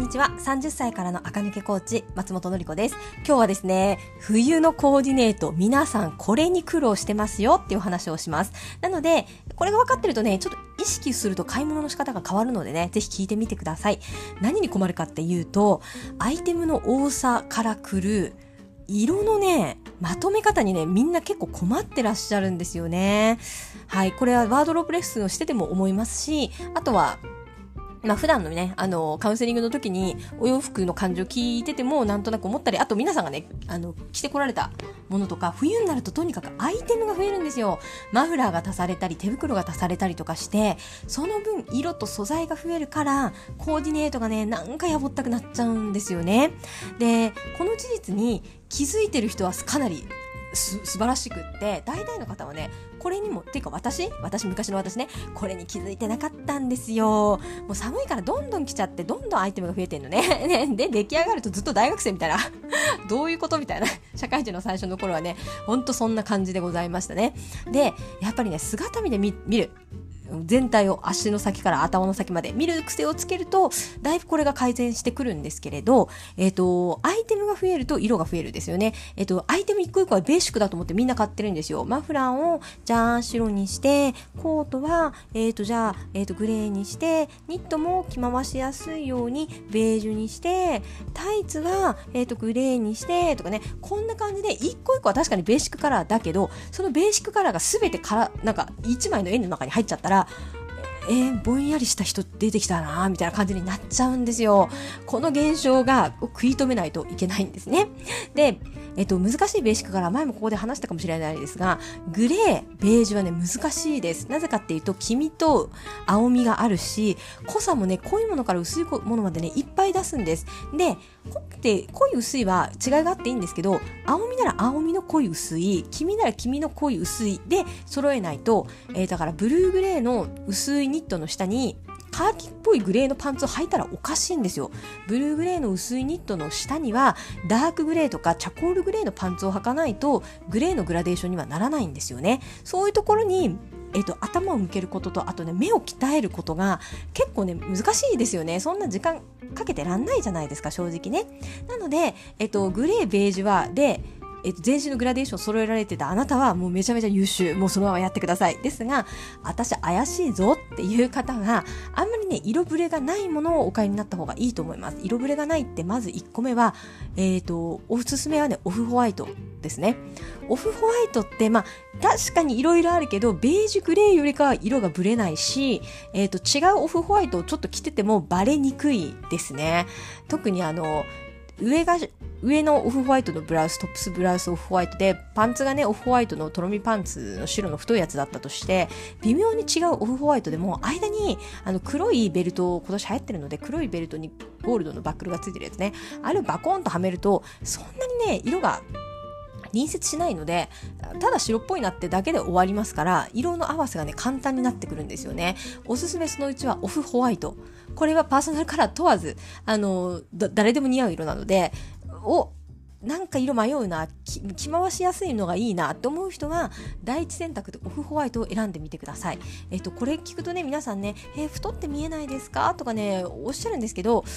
にちは。30歳からの赤抜けコーチ松本のり子です。今日はですね、冬のコーディネート、皆さんこれに苦労してますよっていう話をします。なのでこれが分かってるとね、ちょっと意識すると買い物の仕方が変わるのでね、ぜひ聞いてみてください。何に困るかっていうと、アイテムの多さからくる色のね、まとめ方にね、みんな結構困ってらっしゃるんですよね。はい、これはワードローブレッスンをしてても思いますし、あとは普段のね、カウンセリングの時にお洋服の感情聞いててもなんとなく思ったり、あと皆さんがね、着てこられたものとか、冬になるととにかくアイテムが増えるんですよ。マフラーが足されたり、手袋が足されたりとかして、その分色と素材が増えるから、コーディネートがね、なんかやぼったくなっちゃうんですよね。で、この事実に気づいてる人はかなり素晴らしくって、大体の方はね、これにもっていうか昔昔の私ね、これに気づいてなかったんですよ。もう寒いからどんどん着ちゃって、どんどんアイテムが増えてんのね。で出来上がるとずっと大学生みたいなどういうことみたいな、社会人の最初の頃はね、ほんとそんな感じでございましたね。でやっぱりね、姿見で見る、全体を足の先から頭の先まで見る癖をつけると、だいぶこれが改善してくるんですけれど、アイテムが増えると色が増えるですよね。アイテム一個一個はベーシックだと思ってみんな買ってるんですよ。マフラーをじゃあ白にして、コートはグレーにして、ニットも着回しやすいようにベージュにして、タイツはグレーにしてとかね、こんな感じで一個一個は確かにベーシックカラーだけど、そのベーシックカラーが全てなんか一枚の絵の中に入っちゃったら、ぼんやりした人出てきたなみたいな感じになっちゃうんですよ。この現象が食い止めないといけないんですね。で、難しいベーシックから前もここで話したかもしれないですが、グレー、ベージュはね、難しいです。なぜかっていうと、黄身と青みがあるし、濃さもね、濃いものから薄いものまでね、いっぱい出すんです。で、濃い薄いは違いがあっていいんですけど、青みなら青みの濃い薄い、黄身なら黄身の濃い薄いで揃えないと、だからブルーグレーの薄いニットの下にカーキっぽいグレーのパンツを履いたらおかしいんですよ。ブルーグレーの薄いニットの下にはダークグレーとかチャコールグレーのパンツを履かないとグレーのグラデーションにはならないんですよね。そういうところに頭を向けることと、あとね、目を鍛えることが結構ね、難しいですよね。そんな時間かけてらんないじゃないですか、正直ね。なので、グレー、ベージュはで全身のグラデーションを揃えられてたあなたはもうめちゃめちゃ優秀、もうそのままやってください。ですが、私怪しいぞっていう方があんまりね、色ブレがないものをお買いになった方がいいと思います。色ブレがないって、まず1個目はおすすめはね、オフホワイトですね。オフホワイトって確かにいろいろあるけど、ベージュグレーよりかは色がブレないし、違うオフホワイトをちょっと着ててもバレにくいですね。特に上のオフホワイトのブラウス、トップスブラウスオフホワイトで、パンツがね、オフホワイトのとろみパンツの白の太いやつだったとして、微妙に違うオフホワイトでも間に黒いベルトを今年流行ってるので、黒いベルトにゴールドのバックルがついてるやつね、あれをバコンとはめるとそんなにね、色が隣接しないので、ただ白っぽいなってだけで終わりますから、色の合わせがね、簡単になってくるんですよね。おすすめそのうちはオフホワイト。これはパーソナルカラー問わず誰でも似合う色なので、なんか色迷うな、着回しやすいのがいいなって思う人は第一選択でオフホワイトを選んでみてください。これ聞くとね、皆さんね、太って見えないですかとかね、おっしゃるんですけど、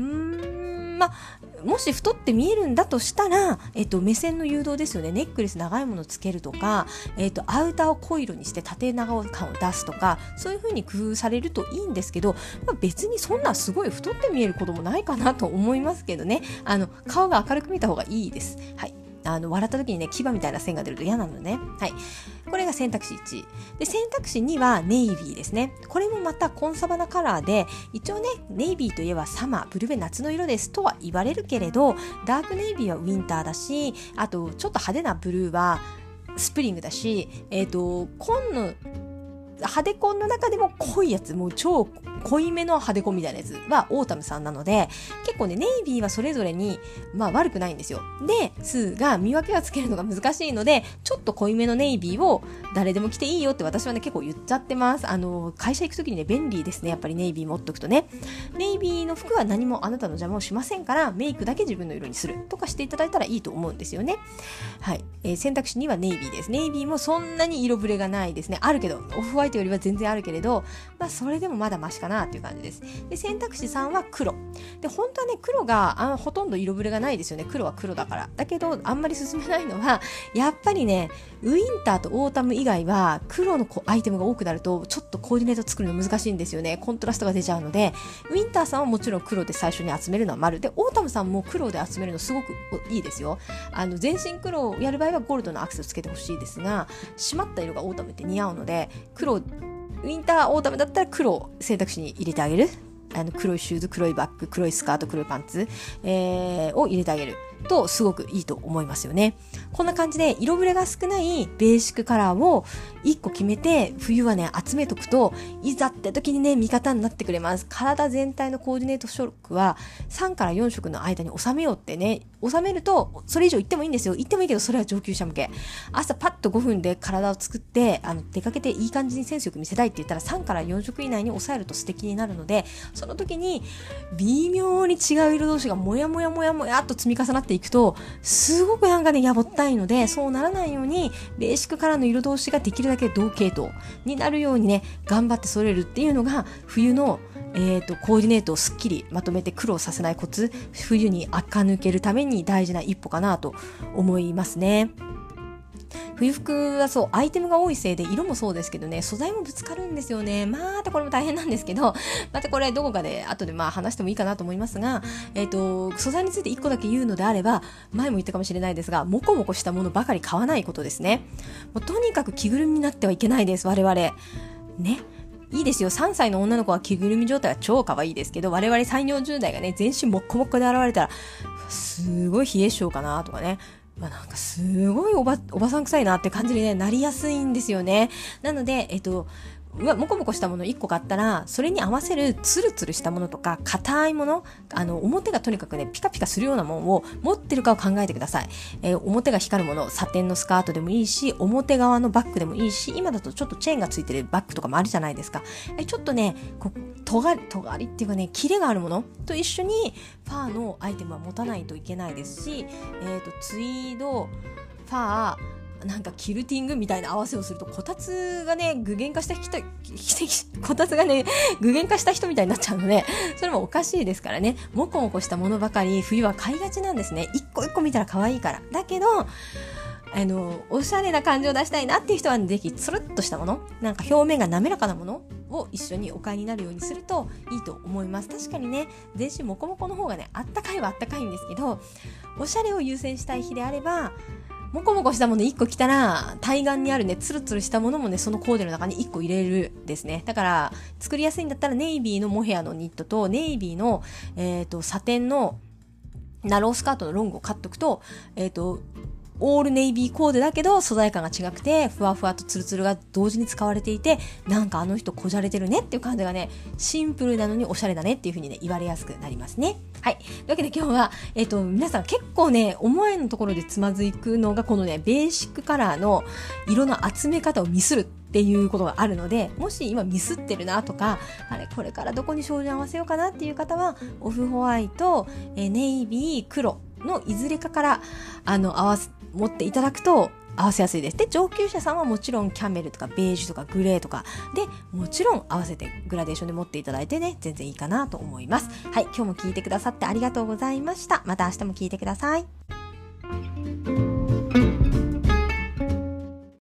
もし太って見えるんだとしたら、目線の誘導ですよね。ネックレス長いものつけるとか、アウターを濃い色にして縦長感を出すとか、そういう風に工夫されるといいんですけど、別にそんなすごい太って見えることもないかなと思いますけどね。顔が明るく見えた方がいいです。はい。笑った時にね、牙みたいな線が出ると嫌なのね。はい。これが選択肢1で、選択肢2はネイビーですね。これもまたコンサバなカラーで、一応ね、ネイビーといえばサマー、ブルベ夏の色ですとは言われるけれど、ダークネイビーはウィンターだし、あとちょっと派手なブルーはスプリングだし、紺の派手紺の中でも濃いやつ、もう超濃いめの派手紺みたいなやつはオータムさんなので、結構ね、ネイビーはそれぞれに悪くないんですよ。で、スーが見分けをつけるのが難しいので、ちょっと濃いめのネイビーを誰でも着ていいよって私はね、結構言っちゃってます。会社行くときにね、便利ですね。やっぱりネイビー持っとくとね。ネイビーの服は何もあなたの邪魔をしませんから、メイクだけ自分の色にするとかしていただいたらいいと思うんですよね。はい。選択肢2はネイビーです。ネイビーもそんなに色ブレがないですね。あるけど、オフホワイトよりは全然あるけれど、それでもまだマシかなっていう感じです。で、選択肢3は黒。で、本当はね、黒がほとんど色ぶれがないですよね。黒は黒だから。だけど、あんまり進めないのは、やっぱりね、ウィンターとオータム以外は、黒のアイテムが多くなると、ちょっとコーディネート作るの難しいんですよね。コントラストが出ちゃうので、ウィンターさんはもちろん黒で最初に集めるのは丸。で、オータムさんも黒で集めるのすごくいいですよ。全身黒をやる場合はゴールドのアクセをつけてほしいですが、締まった色がオータムって似合うので、ウィンターオータムだったら黒を選択肢に入れてあげる。黒いシューズ、黒いバッグ、黒いスカート、黒いパンツ、を入れてあげるとすごくいいと思いますよね。こんな感じで色ぶれが少ないベーシックカラーを1個決めて冬はね集めとくといざって時にね味方になってくれます。体全体のコーディネート色は3から4色の間に収めようってね、収めるとそれ以上言ってもいいんですよ。言ってもいいけどそれは上級者向け。朝パッと5分で体を作って出かけていい感じにセンスよく見せたいって言ったら3から4色以内に抑えると素敵になるので、その時に微妙に違う色同士がもやもやもやもやっと積み重なっていくとすごくなんかねやぼったいので、そうならないようにベーシックカラーの色同士ができるだけ同系統になるようにね頑張って揃えるっていうのが冬のコーディネートをすっきりまとめて苦労させないコツ、冬に垢抜けるために大事な一歩かなと思いますね。冬服はそうアイテムが多いせいで色もそうですけどね、素材もぶつかるんですよね。またこれも大変なんですけど、またこれどこかで後で話してもいいかなと思いますが、素材について1個だけ言うのであれば、前も言ったかもしれないですが、モコモコしたものばかり買わないことですね。もうとにかく着ぐるみになってはいけないです、我々ね。いいですよ、3歳の女の子は着ぐるみ状態は超可愛いですけど、我々3、40代がね全身モッコモコで現れたらすごい冷え性かなとかね、なんかすごいおばさん臭いなって感じに、ね、なりやすいんですよね。なので、モコモコしたもの1個買ったらそれに合わせるツルツルしたものとか硬いもの、表がとにかくねピカピカするようなものを持ってるかを考えてください。表が光るもの、サテンのスカートでもいいし、表側のバッグでもいいし、今だとちょっとチェーンがついてるバッグとかもあるじゃないですか。ちょっとね尖りっていうかねキレがあるものと一緒にファーのアイテムは持たないといけないですし、ツイード、ファー、なんかキルティングみたいな合わせをするとこたつがね具現化した人みたいになっちゃうので、それもおかしいですからね。モコモコしたものばかり冬は買いがちなんですね。一個一個見たら可愛いから。だけどおしゃれな感じを出したいなっていう人はぜひつるっとしたもの、なんか表面が滑らかなものを一緒にお買いになるようにするといいと思います。確かにね全身モコモコの方がねあったかいはあったかいんですけど、おしゃれを優先したい日であればモコモコしたもの1個着たら対岸にあるねツルツルしたものもねそのコーデの中に1個入れるですね。だから作りやすいんだったらネイビーのモヘアのニットとネイビーの、サテンのナロースカートのロングを買っとくと、オールネイビーコーデだけど素材感が違くてふわふわとツルツルが同時に使われていて、なんかあの人こじゃれてるねっていう感じがねシンプルなのにおしゃれだねっていう風にね言われやすくなりますね。はい。というわけで今日は、皆さん結構ね思わぬところでつまずくのがこのねベーシックカラーの色の集め方をミスるっていうことがあるので、もし今ミスってるなとか、これからどこに照準合わせようかなっていう方はオフホワイト、ネイビー、黒のいずれかから持っていただくと合わせやすいです。で、上級者さんはもちろんキャメルとかベージュとかグレーとかでもちろん合わせてグラデーションで持っていただいてね全然いいかなと思います。はい、今日も聞いてくださってありがとうございました。また明日も聞いてください。